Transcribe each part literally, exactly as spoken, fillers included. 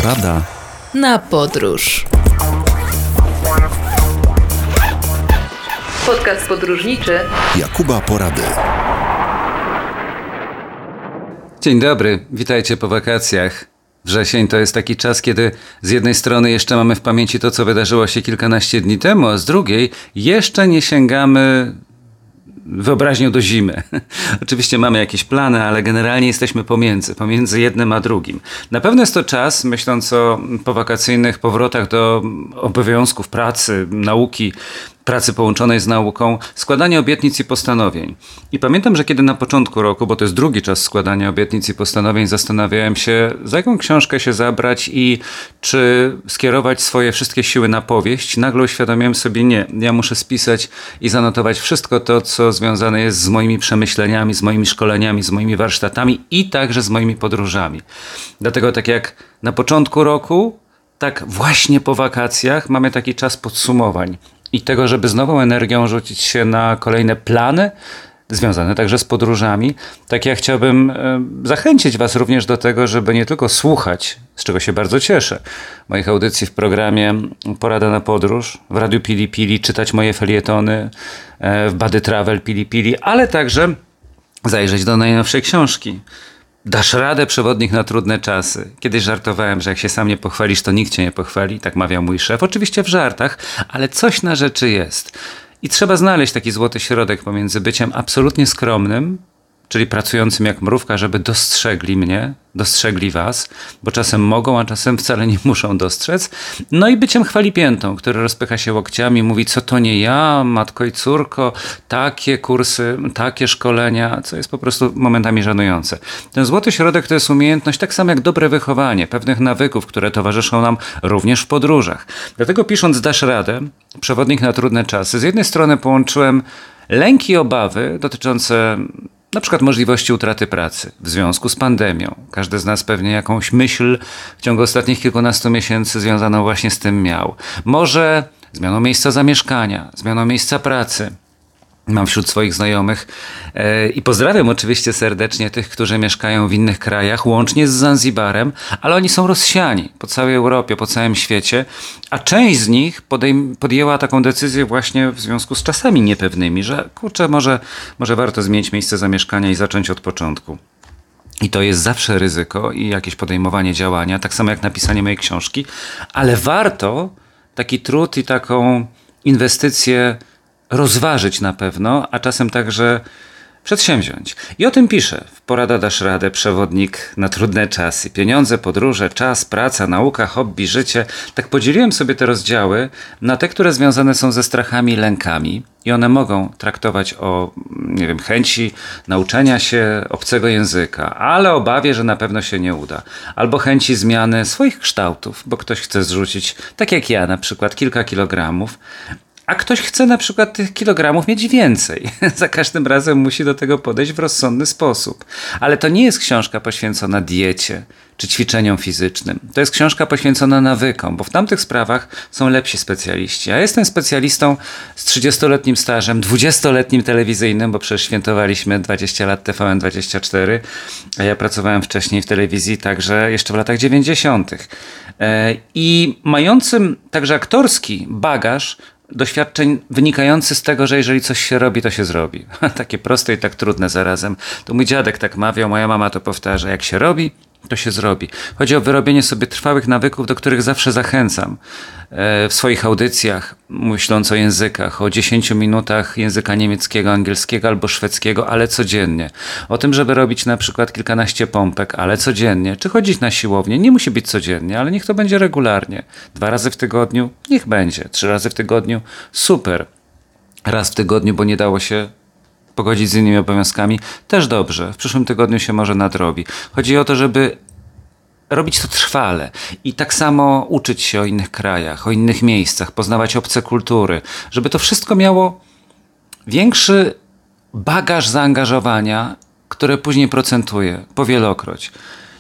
Porada na podróż. Podcast podróżniczy Jakuba Porady. Dzień dobry, witajcie po wakacjach. Wrzesień to jest taki czas, kiedy z jednej strony jeszcze mamy w pamięci to, co wydarzyło się kilkanaście dni temu, a z drugiej jeszcze nie sięgamy wyobraźnią do zimy. Oczywiście mamy jakieś plany, ale generalnie jesteśmy pomiędzy, pomiędzy jednym a drugim. Na pewno jest to czas, myśląc o powakacyjnych powrotach do obowiązków pracy, nauki, pracy połączonej z nauką, składanie obietnic i postanowień. I pamiętam, że kiedy na początku roku, bo to jest drugi czas składania obietnic i postanowień, zastanawiałem się, za jaką książkę się zabrać i czy skierować swoje wszystkie siły na powieść. Nagle uświadomiłem sobie, nie, ja muszę spisać i zanotować wszystko to, co związane jest z moimi przemyśleniami, z moimi szkoleniami, z moimi warsztatami i także z moimi podróżami. Dlatego tak jak na początku roku, tak właśnie po wakacjach mamy taki czas podsumowań i tego, żeby z nową energią rzucić się na kolejne plany związane także z podróżami. Tak ja chciałbym e, zachęcić Was również do tego, żeby nie tylko słuchać, z czego się bardzo cieszę, moich audycji w programie Porada na podróż, w Radiu Pili Pili, czytać moje felietony, e, w Buddy Travel Pili Pili, ale także zajrzeć do najnowszej książki. Dasz radę, przewodnik na trudne czasy. Kiedyś żartowałem, że jak się sam nie pochwalisz, to nikt cię nie pochwali, tak mawiał mój szef. Oczywiście w żartach, ale coś na rzeczy jest. I trzeba znaleźć taki złoty środek pomiędzy byciem absolutnie skromnym, czyli pracującym jak mrówka, żeby dostrzegli mnie, dostrzegli was, bo czasem mogą, a czasem wcale nie muszą dostrzec. No i byciem chwalipiętą, który rozpycha się łokciami i mówi, co to nie ja, matko i córko, takie kursy, takie szkolenia, co jest po prostu momentami żenujące. Ten złoty środek to jest umiejętność, tak samo jak dobre wychowanie, pewnych nawyków, które towarzyszą nam również w podróżach. Dlatego pisząc Dasz radę, przewodnik na trudne czasy, z jednej strony połączyłem lęki i obawy dotyczące na przykład możliwości utraty pracy w związku z pandemią. Każdy z nas pewnie jakąś myśl w ciągu ostatnich kilkunastu miesięcy związaną właśnie z tym miał. Może zmianą miejsca zamieszkania, zmianą miejsca pracy. Mam wśród swoich znajomych e, i pozdrawiam oczywiście serdecznie tych, którzy mieszkają w innych krajach, łącznie z Zanzibarem, ale oni są rozsiani po całej Europie, po całym świecie, a część z nich podejm- podjęła taką decyzję właśnie w związku z czasami niepewnymi, że kurczę, może, może warto zmienić miejsce zamieszkania i zacząć od początku. I to jest zawsze ryzyko i jakieś podejmowanie działania, tak samo jak napisanie mojej książki, ale warto taki trud i taką inwestycję rozważyć na pewno, a czasem także przedsięwziąć. I o tym piszę w Porada Dasz radę, przewodnik na trudne czasy. Pieniądze, podróże, czas, praca, nauka, hobby, życie. Tak podzieliłem sobie te rozdziały na te, które związane są ze strachami i lękami. I one mogą traktować o, nie wiem, chęci nauczenia się obcego języka, ale obawie, że na pewno się nie uda. Albo chęci zmiany swoich kształtów, bo ktoś chce zrzucić, tak jak ja na przykład, kilka kilogramów, a ktoś chce na przykład tych kilogramów mieć więcej. Za każdym razem musi do tego podejść w rozsądny sposób. Ale to nie jest książka poświęcona diecie czy ćwiczeniom fizycznym. To jest książka poświęcona nawykom, bo w tamtych sprawach są lepsi specjaliści. Ja jestem specjalistą z trzydziestoletnim stażem, dwudziestoletnim telewizyjnym, bo przecież świętowaliśmy dwadzieścia lat T V N dwadzieścia cztery, a ja pracowałem wcześniej w telewizji także jeszcze w latach dziewięćdziesiątych. I mającym także aktorski bagaż doświadczeń wynikający z tego, że jeżeli coś się robi, to się zrobi. Takie proste i tak trudne zarazem. To mój dziadek tak mawiał, moja mama to powtarza. Jak się robi, to się zrobi. Chodzi o wyrobienie sobie trwałych nawyków, do których zawsze zachęcam w swoich audycjach, myśląc o językach, o dziesięciu minutach języka niemieckiego, angielskiego albo szwedzkiego, ale codziennie. O tym, żeby robić na przykład kilkanaście pompek, ale codziennie. Czy chodzić na siłownię? Nie musi być codziennie, ale niech to będzie regularnie. Dwa razy w tygodniu? Niech będzie. Trzy razy w tygodniu? Super. Raz w tygodniu, bo nie dało się pogodzić z innymi obowiązkami? Też dobrze. W przyszłym tygodniu się może nadrobi. Chodzi o to, żeby robić to trwale i tak samo uczyć się o innych krajach, o innych miejscach, poznawać obce kultury, żeby to wszystko miało większy bagaż zaangażowania, które później procentuje powielokroć.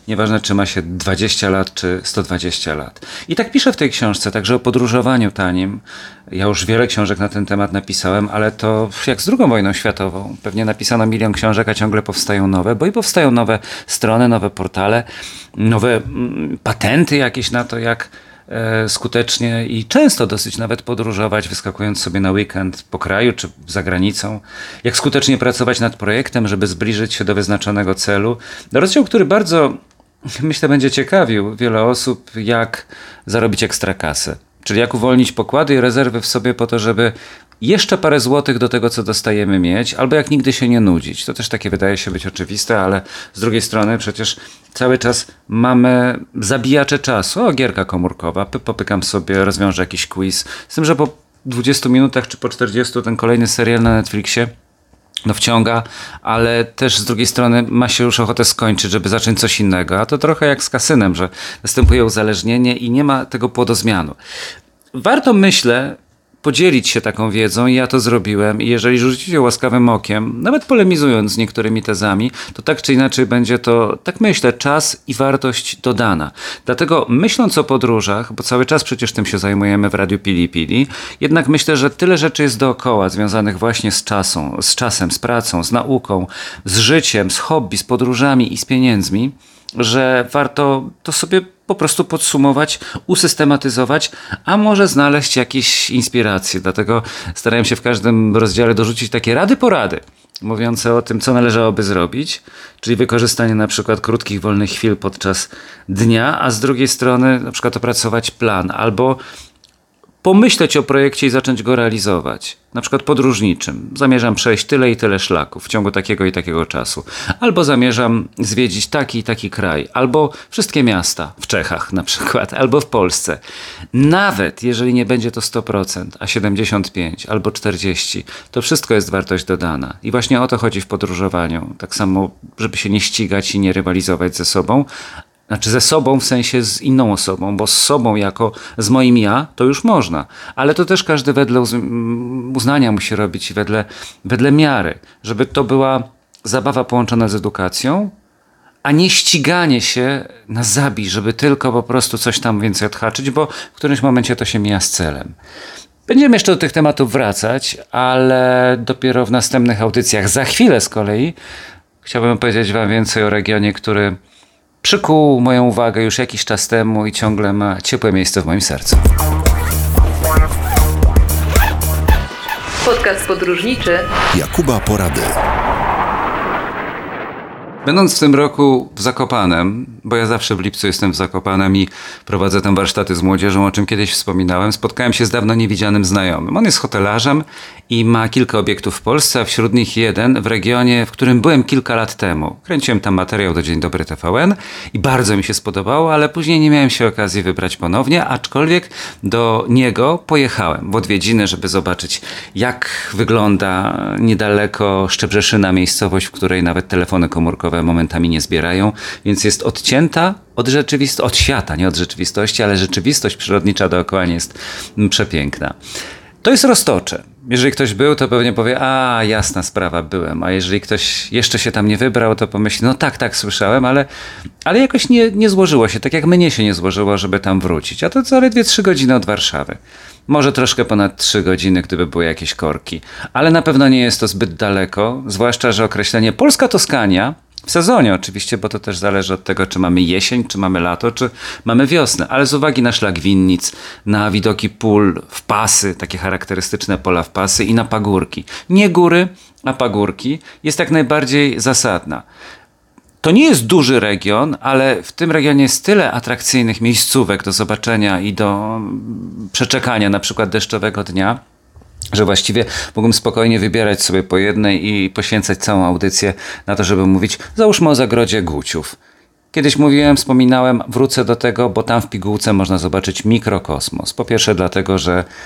Nieważne, czy ma się dwadzieścia lat, czy sto dwadzieścia lat. I tak piszę w tej książce, także o podróżowaniu tanim. Ja już wiele książek na ten temat napisałem, ale to jak z drugą wojną światową. Pewnie napisano milion książek, a ciągle powstają nowe, bo i powstają nowe strony, nowe portale, nowe mm, patenty jakieś na to, jak e, skutecznie i często dosyć nawet podróżować, wyskakując sobie na weekend po kraju czy za granicą. Jak skutecznie pracować nad projektem, żeby zbliżyć się do wyznaczonego celu. Rozdział, który bardzo, myślę, będzie ciekawił wiele osób, jak zarobić ekstra kasę. Czyli jak uwolnić pokłady i rezerwy w sobie po to, żeby jeszcze parę złotych do tego, co dostajemy, mieć, albo jak nigdy się nie nudzić. To też takie wydaje się być oczywiste, ale z drugiej strony przecież cały czas mamy zabijacze czasu. O, gierka komórkowa, popykam sobie, rozwiążę jakiś quiz. Z tym, że po dwudziestu minutach czy po czterdziestu ten kolejny serial na Netflixie no wciąga, ale też z drugiej strony ma się już ochotę skończyć, żeby zacząć coś innego. A to trochę jak z kasynem, że następuje uzależnienie i nie ma tego płodozmianu. Warto, myślę, podzielić się taką wiedzą i ja to zrobiłem i jeżeli rzucicie łaskawym okiem, nawet polemizując z niektórymi tezami, to tak czy inaczej będzie to, tak myślę, czas i wartość dodana. Dlatego myśląc o podróżach, bo cały czas przecież tym się zajmujemy w Radiu Pili Pili, jednak myślę, że tyle rzeczy jest dookoła związanych właśnie z czasem, z czasem, z pracą, z nauką, z życiem, z hobby, z podróżami i z pieniędzmi, że warto to sobie po prostu podsumować, usystematyzować, a może znaleźć jakieś inspiracje. Dlatego starałem się w każdym rozdziale dorzucić takie rady porady, mówiące o tym, co należałoby zrobić, czyli wykorzystanie na przykład krótkich, wolnych chwil podczas dnia, a z drugiej strony na przykład opracować plan albo pomyśleć o projekcie i zacząć go realizować. Na przykład podróżniczym. Zamierzam przejść tyle i tyle szlaków w ciągu takiego i takiego czasu. Albo zamierzam zwiedzić taki i taki kraj. Albo wszystkie miasta w Czechach na przykład. Albo w Polsce. Nawet jeżeli nie będzie to sto procent, a siedemdziesiąt pięć procent albo czterdzieści procent, to wszystko jest wartość dodana. I właśnie o to chodzi w podróżowaniu. Tak samo, żeby się nie ścigać i nie rywalizować ze sobą, Znaczy ze sobą w sensie z inną osobą, bo z sobą jako z moim ja to już można. Ale to też każdy wedle uznania musi robić wedle, wedle miary. Żeby to była zabawa połączona z edukacją, a nie ściganie się na zabij, żeby tylko po prostu coś tam więcej odhaczyć, bo w którymś momencie to się mija z celem. Będziemy jeszcze do tych tematów wracać, ale dopiero w następnych audycjach. Za chwilę z kolei chciałbym powiedzieć wam więcej o regionie, który przykuł moją uwagę już jakiś czas temu i ciągle ma ciepłe miejsce w moim sercu. Podcast podróżniczy Jakuba Porady. Będąc w tym roku w Zakopanem, bo ja zawsze w lipcu jestem w Zakopanem i prowadzę tam warsztaty z młodzieżą, o czym kiedyś wspominałem, spotkałem się z dawno niewidzianym znajomym. On jest hotelarzem i ma kilka obiektów w Polsce, a wśród nich jeden w regionie, w którym byłem kilka lat temu. Kręciłem tam materiał do Dzień Dobry T V N i bardzo mi się spodobało, ale później nie miałem się okazji wybrać ponownie, aczkolwiek do niego pojechałem w odwiedziny, żeby zobaczyć, jak wygląda niedaleko Szczebrzeszyna miejscowość, w której nawet telefony komórkowe momentami nie zbierają, więc jest odcięta od rzeczywistości, od świata, nie od rzeczywistości, ale rzeczywistość przyrodnicza dookoła nie jest przepiękna. To jest Roztocze. Jeżeli ktoś był, to pewnie powie, a jasna sprawa, byłem. A jeżeli ktoś jeszcze się tam nie wybrał, to pomyśli, no tak, tak, słyszałem, ale, ale jakoś nie, nie złożyło się, tak jak mnie się nie złożyło, żeby tam wrócić. A to zaledwie trzy godziny od Warszawy. Może troszkę ponad trzy godziny, gdyby były jakieś korki. Ale na pewno nie jest to zbyt daleko, zwłaszcza, że określenie Polska Toskania w sezonie oczywiście, bo to też zależy od tego, czy mamy jesień, czy mamy lato, czy mamy wiosnę. Ale z uwagi na szlak winnic, na widoki pól, wpasy, takie charakterystyczne pola wpasy i na pagórki. Nie góry, a pagórki jest jak najbardziej zasadna. To nie jest duży region, ale w tym regionie jest tyle atrakcyjnych miejscówek do zobaczenia i do przeczekania na przykład deszczowego dnia, że właściwie mógłbym spokojnie wybierać sobie po jednej i poświęcać całą audycję na to, żeby mówić, załóżmy o zagrodzie Guciów. Kiedyś mówiłem, wspominałem, wrócę do tego, bo tam w pigułce można zobaczyć mikrokosmos. Po pierwsze dlatego, że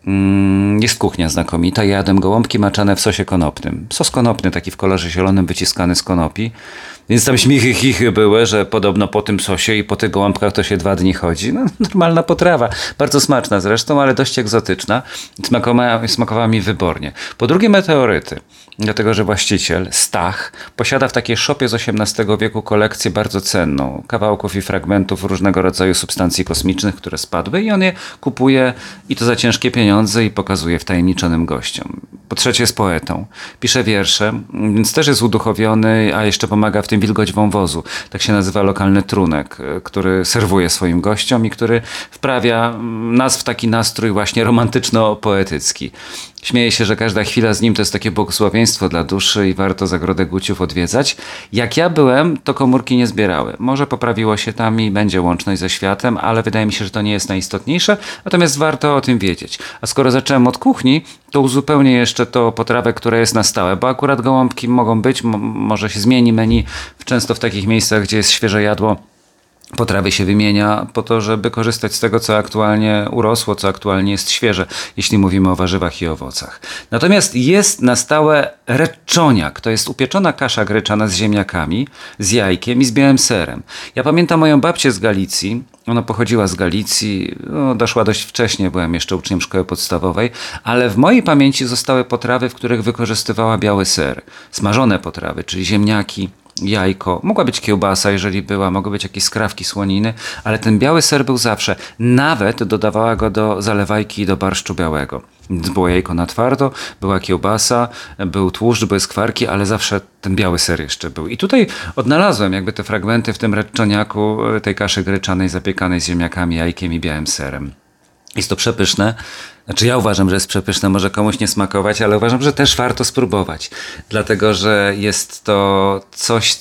Jest kuchnia znakomita. Jadłem gołąbki maczane w sosie konopnym. Sos konopny, taki w kolorze zielonym, wyciskany z konopi. Więc tam śmichy, chichy były, że podobno po tym sosie i po tych gołąbkach to się dwa dni chodzi. No, normalna potrawa. Bardzo smaczna zresztą, ale dość egzotyczna. Smakowała, smakowała mi wybornie. Po drugie meteoryty. Dlatego, że właściciel, Stach, posiada w takiej szopie z osiemnastego wieku kolekcję bardzo cenną. Kawałków i fragmentów różnego rodzaju substancji kosmicznych, które spadły i on je kupuje i to za ciężkie pieniądze i pokazuje wtajemniczonym gościom. Po trzecie jest poetą. Pisze wiersze, więc też jest uduchowiony, a jeszcze pomaga w tym wilgoć wąwozu. Tak się nazywa lokalny trunek, który serwuje swoim gościom i który wprawia nas w taki nastrój właśnie romantyczno-poetycki. Śmieję się, że każda chwila z nim to jest takie błogosławieństwo dla duszy i warto Zagrodę Guciów odwiedzać. Jak ja byłem, to komórki nie zbierały. Może poprawiło się tam i będzie łączność ze światem, ale wydaje mi się, że to nie jest najistotniejsze, natomiast warto o tym wiedzieć. A skoro zacząłem od kuchni, to uzupełnię jeszcze to potrawę, która jest na stałe, bo akurat gołąbki mogą być, m- może się zmieni menu, często w takich miejscach, gdzie jest świeże jadło, potrawy się wymienia po to, żeby korzystać z tego, co aktualnie urosło, co aktualnie jest świeże, jeśli mówimy o warzywach i owocach. Natomiast jest na stałe reczoniak. To jest upieczona kasza gryczana z ziemniakami, z jajkiem i z białym serem. Ja pamiętam moją babcię z Galicji. Ona pochodziła z Galicji, no, doszła dość wcześnie, byłem jeszcze uczniem szkoły podstawowej, ale w mojej pamięci zostały potrawy, w których wykorzystywała biały ser. Smażone potrawy, czyli ziemniaki, jajko, mogła być kiełbasa, jeżeli była, mogły być jakieś skrawki słoniny, ale ten biały ser był zawsze. Nawet dodawała go do zalewajki i do barszczu białego. Było jajko na twardo, była kiełbasa, był tłuszcz, były skwarki, ale zawsze ten biały ser jeszcze był. I tutaj odnalazłem jakby te fragmenty w tym reczoniaku, tej kaszy gryczanej zapiekanej z ziemniakami, jajkiem i białym serem. Jest to przepyszne. Znaczy ja uważam, że jest przepyszne, może komuś nie smakować, ale uważam, że też warto spróbować. Dlatego, że jest to coś,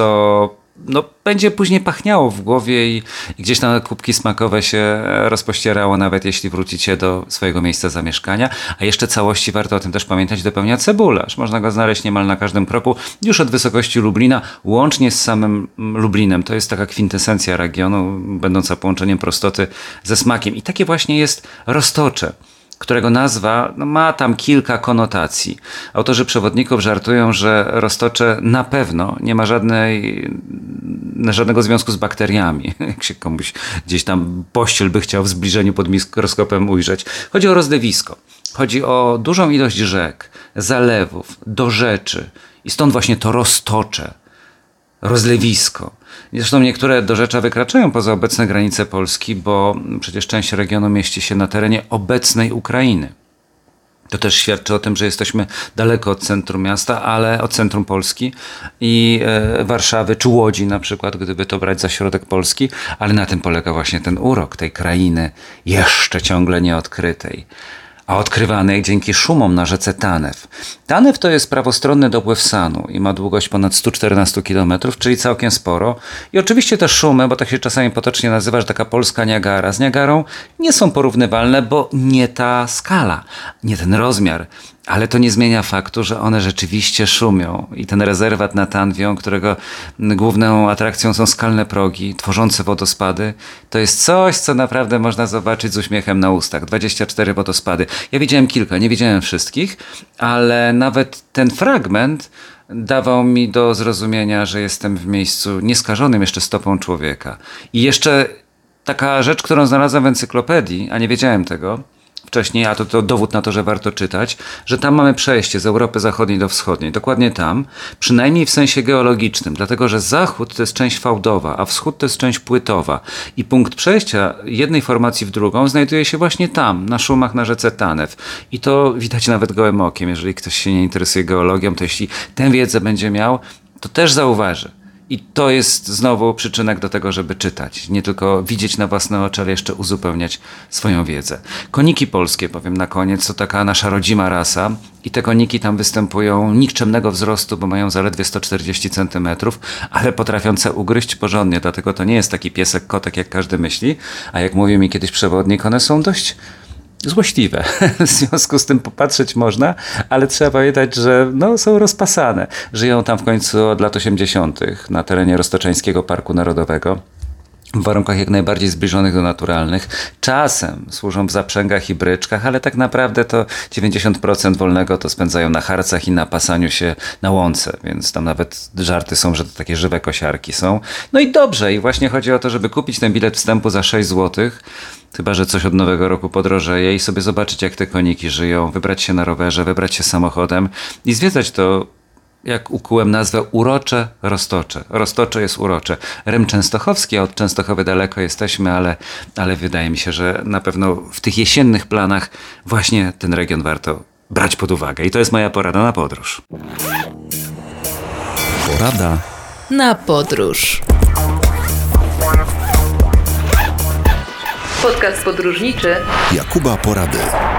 co no, będzie później pachniało w głowie i, i gdzieś tam kubki smakowe się rozpościerało, nawet jeśli wrócicie do swojego miejsca zamieszkania. A jeszcze całości warto o tym też pamiętać, dopełnia cebularz. Można go znaleźć niemal na każdym kroku, już od wysokości Lublina, łącznie z samym Lublinem. To jest taka kwintesencja regionu, będąca połączeniem prostoty ze smakiem. I takie właśnie jest roztocze, którego nazwa no, ma tam kilka konotacji. Autorzy przewodników żartują, że roztocze na pewno nie ma żadnej, żadnego związku z bakteriami. Jak się komuś gdzieś tam pościel by chciał w zbliżeniu pod mikroskopem ujrzeć. Chodzi o rozlewisko. Chodzi o dużą ilość rzek, zalewów, dorzeczy. I stąd właśnie to roztocze. Rozlewisko. Zresztą niektóre dorzecza wykraczają poza obecne granice Polski, bo przecież część regionu mieści się na terenie obecnej Ukrainy. To też świadczy o tym, że jesteśmy daleko od centrum miasta, ale od centrum Polski i e, Warszawy czy Łodzi na przykład, gdyby to brać za środek Polski, ale na tym polega właśnie ten urok tej krainy jeszcze ciągle nieodkrytej, a odkrywanej dzięki szumom na rzece Tanew. Tanew to jest prawostronny dopływ Sanu i ma długość ponad sto czternaście kilometrów, czyli całkiem sporo. I oczywiście te szumy, bo tak się czasami potocznie nazywa, że taka polska Niagara z Niagarą, nie są porównywalne, bo nie ta skala, nie ten rozmiar. Ale to nie zmienia faktu, że one rzeczywiście szumią. I ten rezerwat nad Tanwią, którego główną atrakcją są skalne progi tworzące wodospady, to jest coś, co naprawdę można zobaczyć z uśmiechem na ustach. dwadzieścia cztery wodospady. Ja widziałem kilka, nie widziałem wszystkich, ale nawet ten fragment dawał mi do zrozumienia, że jestem w miejscu nieskażonym jeszcze stopą człowieka. I jeszcze taka rzecz, którą znalazłem w encyklopedii, a nie wiedziałem tego wcześniej, a to, to dowód na to, że warto czytać, że tam mamy przejście z Europy Zachodniej do Wschodniej. Dokładnie tam, przynajmniej w sensie geologicznym, dlatego że zachód to jest część fałdowa, a wschód to jest część płytowa. I punkt przejścia jednej formacji w drugą znajduje się właśnie tam, na szumach na rzece Tanew. I to widać nawet gołym okiem. Jeżeli ktoś się nie interesuje geologią, to jeśli tę wiedzę będzie miał, to też zauważy. I to jest znowu przyczynek do tego, żeby czytać. Nie tylko widzieć na własne oczy, ale jeszcze uzupełniać swoją wiedzę. Koniki polskie, powiem na koniec, to taka nasza rodzima rasa. I te koniki tam występują nikczemnego wzrostu, bo mają zaledwie sto czterdzieści centymetrów, ale potrafiące ugryźć porządnie. Dlatego to nie jest taki piesek, kotek, jak każdy myśli. A jak mówił mi kiedyś przewodnik, one są dość złośliwe. W związku z tym popatrzeć można, ale trzeba pamiętać, że no, są rozpasane. Żyją tam w końcu od lat osiemdziesiątych na terenie Roztoczeńskiego Parku Narodowego. w warunkach jak najbardziej zbliżonych do naturalnych. Czasem służą w zaprzęgach i bryczkach, ale tak naprawdę to dziewięćdziesiąt procent wolnego to spędzają na harcach i na pasaniu się na łące, więc tam nawet żarty są, że to takie żywe kosiarki są. No i dobrze, i właśnie chodzi o to, żeby kupić ten bilet wstępu za sześć złotych, chyba że coś od nowego roku podrożeje, i sobie zobaczyć, jak te koniki żyją, wybrać się na rowerze, wybrać się samochodem i zwiedzać to, jak ukułem nazwę, urocze Roztocze. Roztocze jest urocze. Rym Częstochowski, a od Częstochowy daleko jesteśmy, ale, ale wydaje mi się, że na pewno w tych jesiennych planach właśnie ten region warto brać pod uwagę. I to jest moja porada na podróż. Porada na podróż. Podcast podróżniczy Jakuba Porady.